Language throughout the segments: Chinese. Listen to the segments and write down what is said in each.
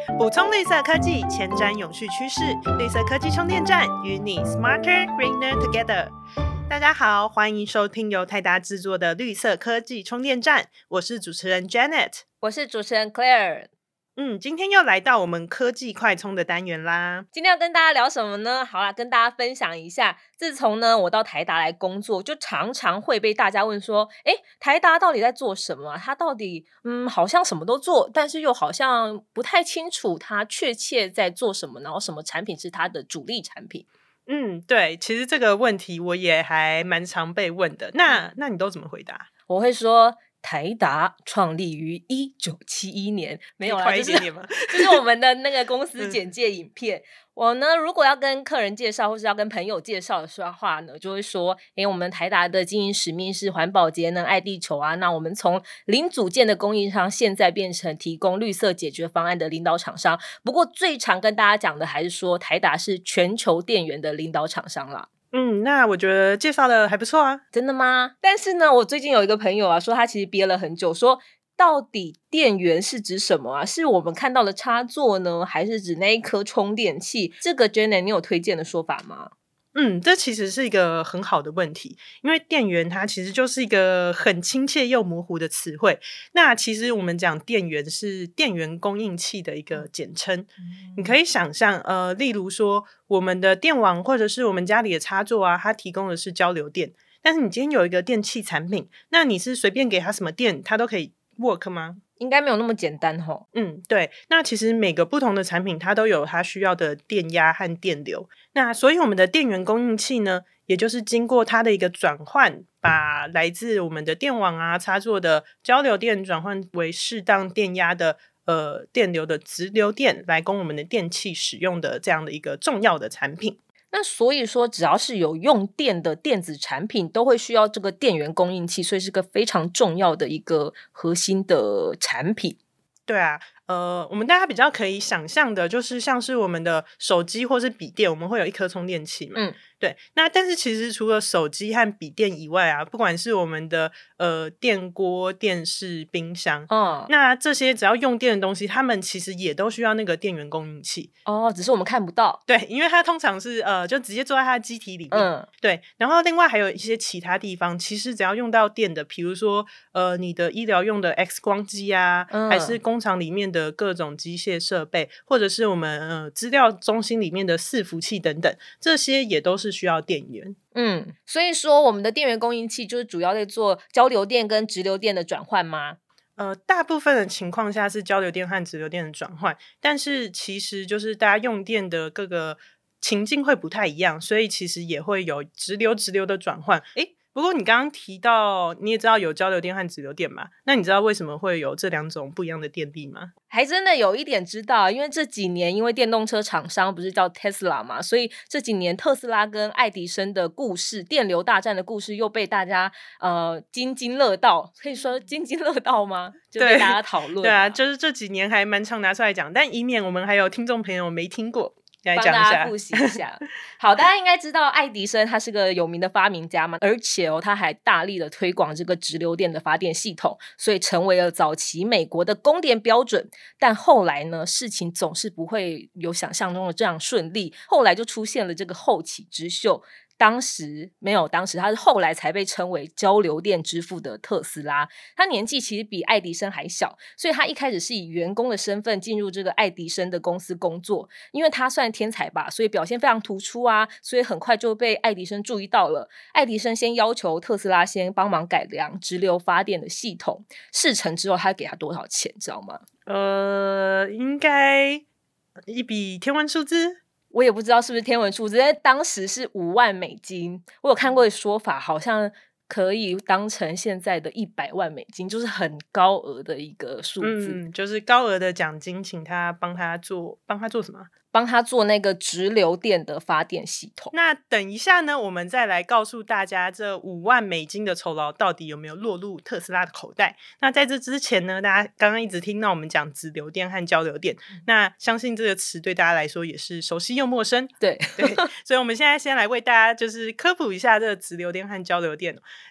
补充绿色科技，前瞻永续趋势，绿色科技充电站与你 Smarter Greener Together。大家好，欢迎收听由泰达制作的绿色科技充电站，我是主持人 Janet， 我是主持人 Claire。 今天又来到我们科技快充的单元啦。 今天要跟大家聊什么呢？好啦，跟大家分享一下，自从呢我到台达来工作，就常常会被大家问说，台达到底在做什么啊？它到底好像什么都做，但是又好像不太清楚它确切在做什么，然后什么产品是它的主力产品。 对，其实这个问题我也还蛮常被问的。那你都怎么回答？ 我会说台达创立于1971年，没有啦， 快一点点吗？ 就是我们的那个公司简介影片。我呢，如果要跟客人介绍或是要跟朋友介绍的话呢，就会说，我们台达的经营使命是环保节能爱地球啊。那我们从零组件的供应商，现在变成提供绿色解决方案的领导厂商。不过最常跟大家讲的还是说，台达是全球电源的领导厂商啦。 那我觉得介绍的还不错啊。 真的吗？但是呢，我最近有一个朋友啊，说他其实憋了很久，说到底电源是指什么啊？是我们看到的插座呢，还是指那一颗充电器？这个 Janet 你有推荐的说法吗？ 这其实是一个很好的问题，因为电源它其实就是一个很亲切又模糊的词汇。那其实我们讲电源是电源供应器的一个简称。你可以想象例如说我们的电网或者是我们家里的插座啊，它提供的是交流电，但是你今天有一个电器产品，那你是随便给它什么电它都可以 work 吗？ 应该没有那么简单齁。 对，那其实每个不同的产品它都有它需要的电压和电流，那所以我们的电源供应器呢，也就是经过它的一个转换，把来自我们的电网啊插座的交流电转换为适当电压的电流的直流电，来供我们的电器使用的这样的一个重要的产品。 那所以说只要是有用电的电子产品都会需要这个电源供应器，所以是个非常重要的一个核心的产品。 对啊，我们大家比较可以想象的就是像是我们的手机或是笔电，我们会有一颗充电器嘛。对，那但是其实除了手机和笔电以外啊，不管是我们的电锅、电视、冰箱，那这些只要用电的东西，它们其实也都需要那个电源供应器。 只是我们看不到。 对，因为它通常是就直接坐在它的机体里面。对，然后另外还有一些其他地方，其实只要用到电的，比如说你的医疗用的 X 光机啊，还是工厂里面的各种机械设备，或者是我们资料中心里面的伺服器等等，这些也都是需要电源。 所以说我们的电源供应器就是主要在做交流电跟直流电的转换吗？ 大部分的情况下是交流电和直流电的转换，但是其实就是大家用电的各个情境会不太一样，所以其实也会有直流的转换。不过你刚刚提到你也知道有交流电和直流电嘛，那你知道为什么会有这两种不一样的电力吗？ 还真的有一点知道，因为这几年因为电动车厂商不是叫 Tesla 嘛，所以这几年特斯拉跟爱迪生的故事，电流大战的故事又被大家津津乐道，可以说津津乐道吗？就被大家讨论。 对啊，就是这几年还蛮常拿出来讲，但以免我们还有听众朋友没听过，来讲一下， 帮大家复习一下。好，大家应该知道爱迪生他是个有名的发明家嘛，而且他还大力的推广这个直流电的发电系统，所以成为了早期美国的供电标准。但后来呢，事情总是不会有想象中的这样顺利，后来就出现了这个后起之秀。当时他是后来才被称为交流电之父的特斯拉，他年纪其实比爱迪生还小，所以他一开始是以员工的身份进入这个爱迪生的公司工作。因为他算天才吧，所以表现非常突出啊，所以很快就被爱迪生注意到了。爱迪生先要求特斯拉先帮忙改良直流发电的系统，事成之后他给他多少钱知道吗？ 应该一笔天文数字， 我也不知道是不是天文数字，但当时是5万美金。我有看过的说法，好像可以当成现在的100万美金，就是很高额的一个数字。 就是高额的奖金，请他帮他做什么？ 帮他做那个直流电的发电系统。 那等一下呢，我们再来告诉大家这5万美金的酬劳到底有没有落入特斯拉的口袋。那在这之前呢，大家刚刚一直听到我们讲直流电和交流电，那相信这个词对大家来说也是熟悉又陌生。 对， 所以我们现在先来为大家就是科普一下这个直流电和交流电。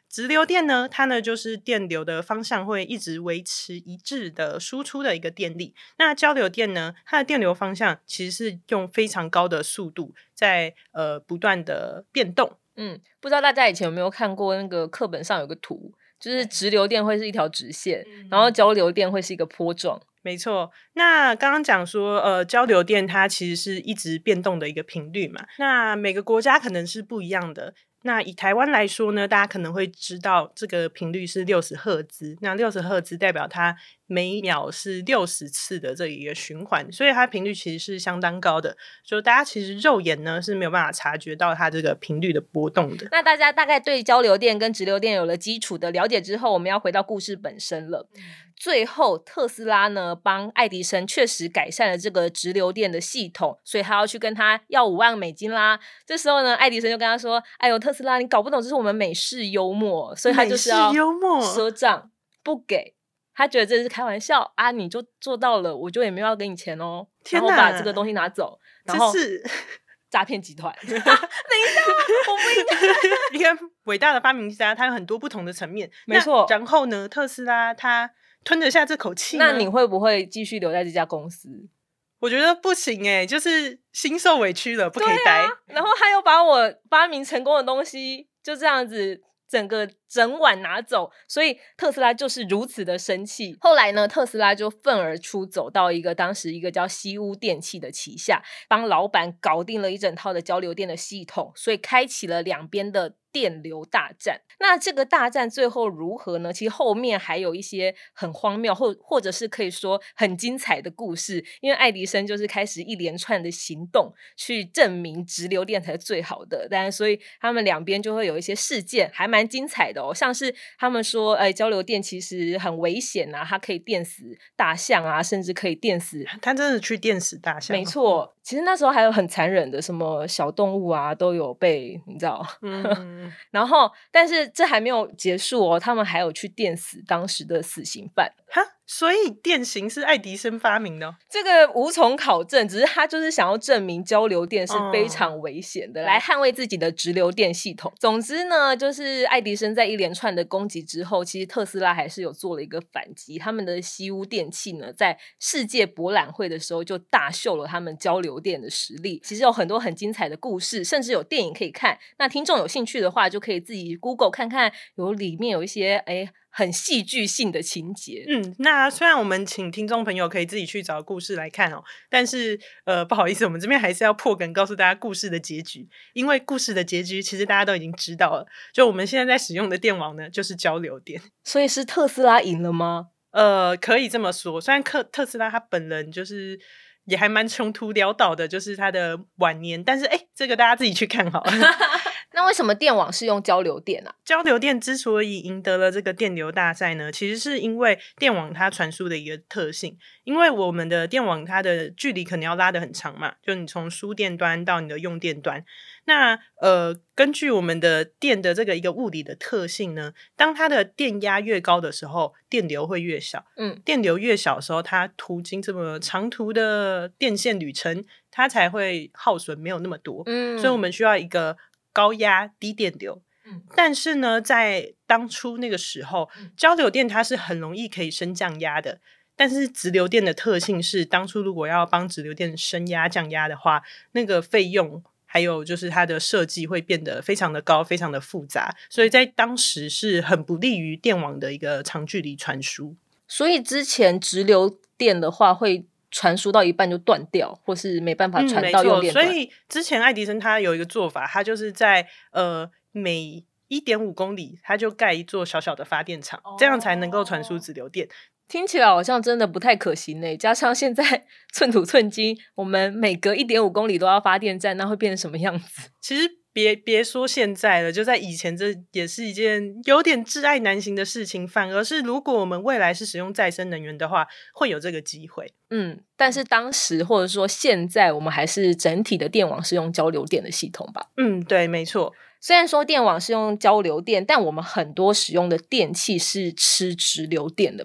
直流电呢，它呢就是电流的方向会一直维持一致的输出的一个电力。那交流电呢，它的电流方向其实是用非常高的速度在不断的变动。 不知道大家以前有没有看过那个课本上有个图，就是直流电会是一条直线，然后交流电会是一个波状。 没错，那刚刚讲说交流电它其实是一直变动的一个频率嘛，那每个国家可能是不一样的。那以台湾来说呢，大家可能会知道这个频率是60赫兹，那60赫兹代表它每秒是60次的这一个循环，所以它频率其实是相当高的，就大家其实肉眼呢是没有办法察觉到它这个频率的波动的。 那大家大概对交流电跟直流电有了基础的了解之后，我们要回到故事本身了。最后特斯拉呢帮爱迪生确实改善了这个直流电的系统，所以他要去跟他要5万美金啦。这时候呢爱迪生就跟他说，哎呦特斯拉你搞不懂这是我们美式幽默，所以他就是要赊账不给，他觉得这是开玩笑啊，你就做到了，我就也没有要给你钱哦，然后把这个东西拿走，然后诈骗集团等一下我不应该一个伟大的发明家他有很多不同的层面， 没错。 然后呢特斯拉他吞得下这口气吗？ 那你会不会继续留在这家公司？ 我觉得不行欸，就是心受委屈了，不可以待。 然后他又把我发明成功的东西就这样子整碗拿走，所以特斯拉就是如此的生气。后来呢特斯拉就愤而出走到当时一个叫西屋电器的旗下，帮老板搞定了一整套的交流电的系统，所以开启了两边的电流大战。那这个大战最后如何呢？其实后面还有一些很荒谬或者是可以说很精彩的故事，因为爱迪生就是开始一连串的行动去证明直流电才是最好的，但所以他们两边就会有一些事件还蛮精彩的哦，像是他们说交流电其实很危险啊，它可以电死大象啊，甚至可以电死， 他真的去电死大象。 没错，其实那时候还有很残忍的什么小动物啊都有被你知道然后但是这还没有结束哦，他们还有去电死当时的死刑犯。 哈，所以电刑是爱迪生发明的哦？ 这个无从考证，只是他就是想要证明交流电是非常危险的，来捍卫自己的直流电系统。总之呢就是爱迪生在一连串的攻击之后，其实特斯拉还是有做了一个反击，他们的西屋电器呢在世界博览会的时候就大秀了他们交流电的实力。其实有很多很精彩的故事，甚至有电影可以看，那听众有兴趣的话就可以自己 Google 看看，里面有一些很戏剧性的情节。 那虽然我们请听众朋友可以自己去找故事来看哦，但是不好意思，我们这边还是要破梗告诉大家故事的结局，因为故事的结局其实大家都已经知道了，就我们现在在使用的电网呢就是交流电。 所以是特斯拉赢了吗？ 可以这么说，虽然特斯拉他本人就是也还蛮穷途潦倒的，就是他的晚年，但是这个大家自己去看好了那为什么电网是用交流电啊？ 交流电之所以赢得了这个电流大赛呢，其实是因为电网它传输的一个特性。因为我们的电网它的距离可能要拉得很长嘛，就你从输电端到你的用电端。那根据我们的电的这个一个物理的特性呢，当它的电压越高的时候，电流会越小。电流越小的时候，它途经这么长途的电线旅程，它才会耗损没有那么多。所以我们需要一个高压低电流。但是呢在当初那个时候，交流电它是很容易可以升降压的，但是直流电的特性是当初如果要帮直流电升压降压的话，那个费用还有就是它的设计会变得非常的高，非常的复杂，所以在当时是很不利于电网的一个长距离传输。 所以之前直流电的话会传输到一半就断掉，或是没办法传到用电端。 所以之前爱迪生他有一个做法，他就是在每 1.5 公里他就盖一座小小的发电厂，这样才能够传输直流电。 听起来好像真的不太可行耶，加上现在寸土寸金，我们每隔 1.5 公里都要发电站，那会变成什么样子？ 其实别说现在了，就在以前这也是一件有点挚爱难行的事情，反而是如果我们未来是使用再生能源的话，会有这个机会。 但是当时或者说现在我们还是整体的电网是用交流电的系统吧？ 对，没错。 虽然说电网是用交流电，但我们很多使用的电器是吃直流电的吧？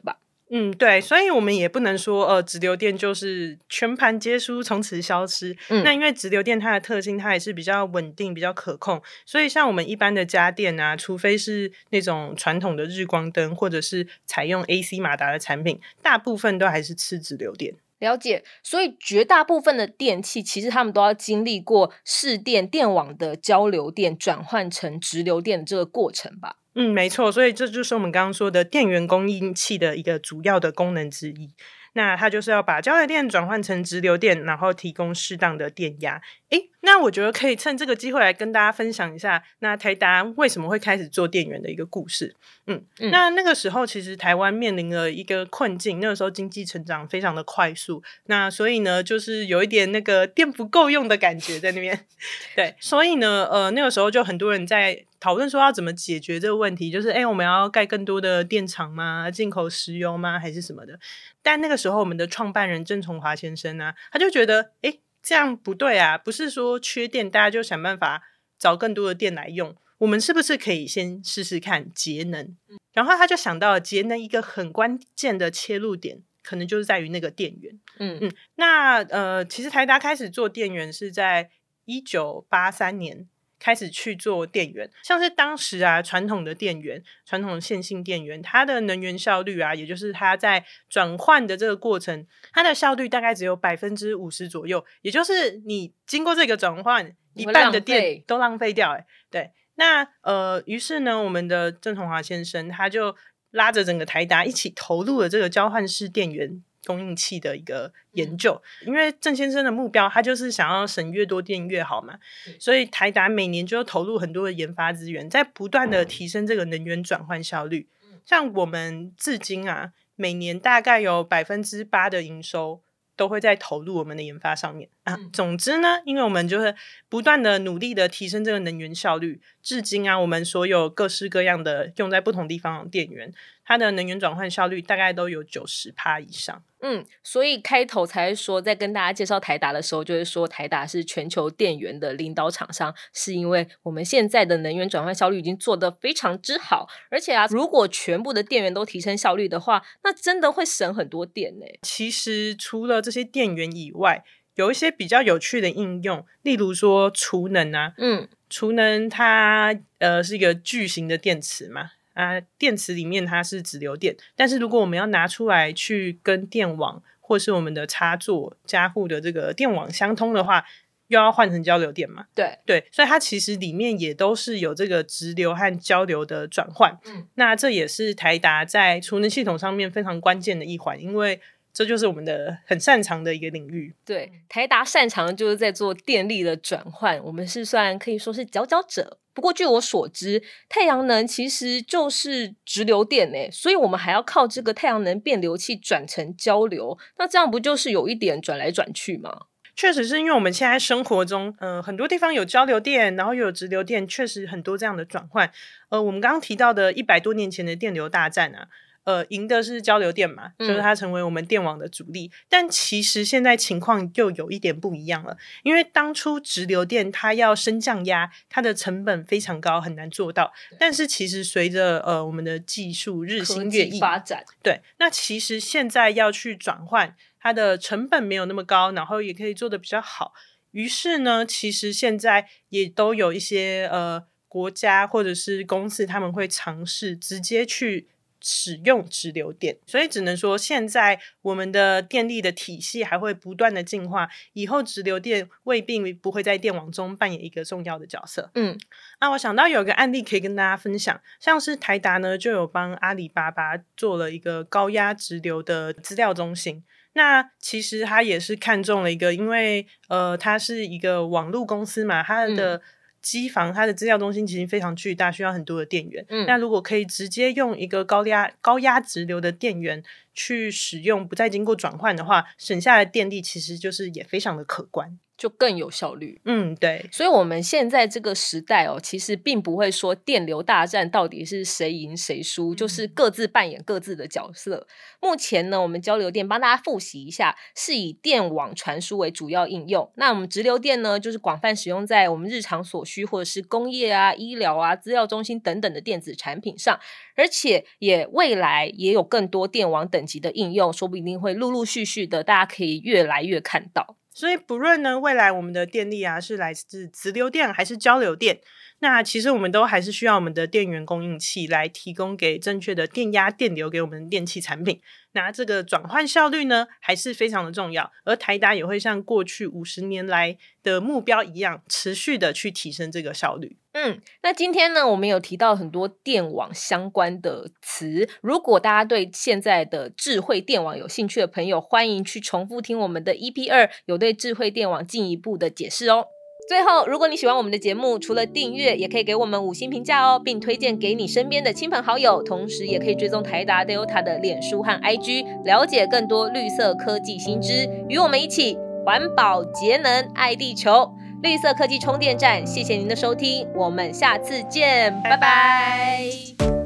对，所以我们也不能说直流电就是全盘皆输从此消失。那因为直流电它的特性它也是比较稳定比较可控，所以像我们一般的家电啊，除非是那种传统的日光灯或者是采用 AC 马达的产品，大部分都还是吃直流电。 了解，所以绝大部分的电器其实他们都要经历过市电电网的交流电转换成直流电的这个过程吧？ 没错，所以这就是我们刚刚说的电源供应器的一个主要的功能之一。那它就是要把交流电转换成直流电，然后提供适当的电压。那我觉得可以趁这个机会来跟大家分享一下，那台达为什么会开始做电源的一个故事。那个时候其实台湾面临了一个困境，那个时候经济成长非常的快速，那所以呢就是有一点那个电不够用的感觉在那边对，所以呢那个时候就很多人在讨论说要怎么解决这个问题，就是我们要盖更多的电厂吗？进口石油吗？还是什么的？但那个时候我们的创办人郑崇华先生啊，他就觉得这样不对啊，不是说缺电大家就想办法找更多的电来用，我们是不是可以先试试看节能？然后他就想到了节能一个很关键的切入点可能就是在于那个电源。那其实台达开始做电源是在1983年开始去做电源，像是当时啊传统的电源，传统的线性电源，它的能源效率啊，也就是它在转换的这个过程，它的效率大概只有50%左右，也就是你经过这个转换一半的电都浪费掉。对，那于是呢我们的郑崇华先生他就拉着整个台达一起投入了这个交换式电源供应器的一个研究。因为郑先生的目标他就是想要省越多电越好嘛，所以台达每年就投入很多的研发资源，在不断的提升这个能源转换效率。像我们至今啊每年大概有8%的营收都会在投入我们的研发上面总之呢，因为我们就是不断的努力的提升这个能源效率，至今啊我们所有各式各样的用在不同地方的电源，它的能源转换效率大概都有90%以上。 所以开头才说在跟大家介绍台达的时候，就是说台达是全球电源的领导厂商，是因为我们现在的能源转换效率已经做得非常之好，而且如果全部的电源都提升效率的话，那真的会省很多电其实除了这些电源以外，有一些比较有趣的应用，例如说储能啊。储能它是一个巨型的电池嘛，电池里面它是直流电，但是如果我们要拿出来去跟电网或是我们的插座家户的这个电网相通的话，又要换成交流电嘛。对，所以它其实里面也都是有这个直流和交流的转换。那这也是台达在储能系统上面非常关键的一环，因为这就是我们的很擅长的一个领域。 对，台达擅长就是在做电力的转换，我们是算可以说是佼佼者。不过据我所知，太阳能其实就是直流电所以我们还要靠这个太阳能变流器转成交流，那这样不就是有一点转来转去吗？ 确实是因为我们现在生活中很多地方有交流电，然后又有直流电，确实很多这样的转换。我们刚刚提到的100多年前的电流大战啊，赢的是交流电嘛，就是它成为我们电网的主力。但其实现在情况又有一点不一样了，因为当初直流电它要升降压，它的成本非常高，很难做到。但是其实随着我们的技术日新月异发展， 对，那其实现在要去转换，它的成本没有那么高，然后也可以做得比较好。于是呢，其实现在也都有一些国家或者是公司，他们会尝试直接去使用直流电，所以只能说现在我们的电力的体系还会不断的进化，以后直流电未必不会在电网中扮演一个重要的角色。我想到有个案例可以跟大家分享，像是台达呢就有帮阿里巴巴做了一个高压直流的资料中心。那其实他也是看中了一个，因为它是一个网络公司嘛，它的机房它的资料中心其实非常巨大，需要很多的电源。那如果可以直接用一个高压直流的电源去使用，不再经过转换的话，省下的电力其实就是也非常的可观。 就更有效率。 对。 所以我们现在这个时代其实并不会说电流大战到底是谁赢谁输，就是各自扮演各自的角色。目前呢，我们交流电帮大家复习一下，是以电网传输为主要应用。那我们直流电呢，就是广泛使用在我们日常所需或者是工业啊、医疗啊、资料中心等等的电子产品上，而且未来也有更多电网等级的应用，说不定会陆陆续续的，大家可以越来越看到。 所以不论呢未来我们的电力是来自直流电还是交流电，那其实我们都还是需要我们的电源供应器来提供给正确的电压电流给我们的电器产品。那这个转换效率呢还是非常的重要，而台达也会像过去50年来的目标一样，持续的去提升这个效率。 那今天呢，我们有提到很多电网相关的词，如果大家对现在的智慧电网有兴趣的朋友，欢迎去重复听我们的 EP2， 有对智慧电网进一步的解释哦。最后，如果你喜欢我们的节目，除了订阅，也可以给我们5星评价哦，并推荐给你身边的亲朋好友，同时也可以追踪台达 Delta 的脸书和 IG， 了解更多绿色科技新知，与我们一起环保节能爱地球。绿色科技充电站，谢谢您的收听，我们下次见，拜拜。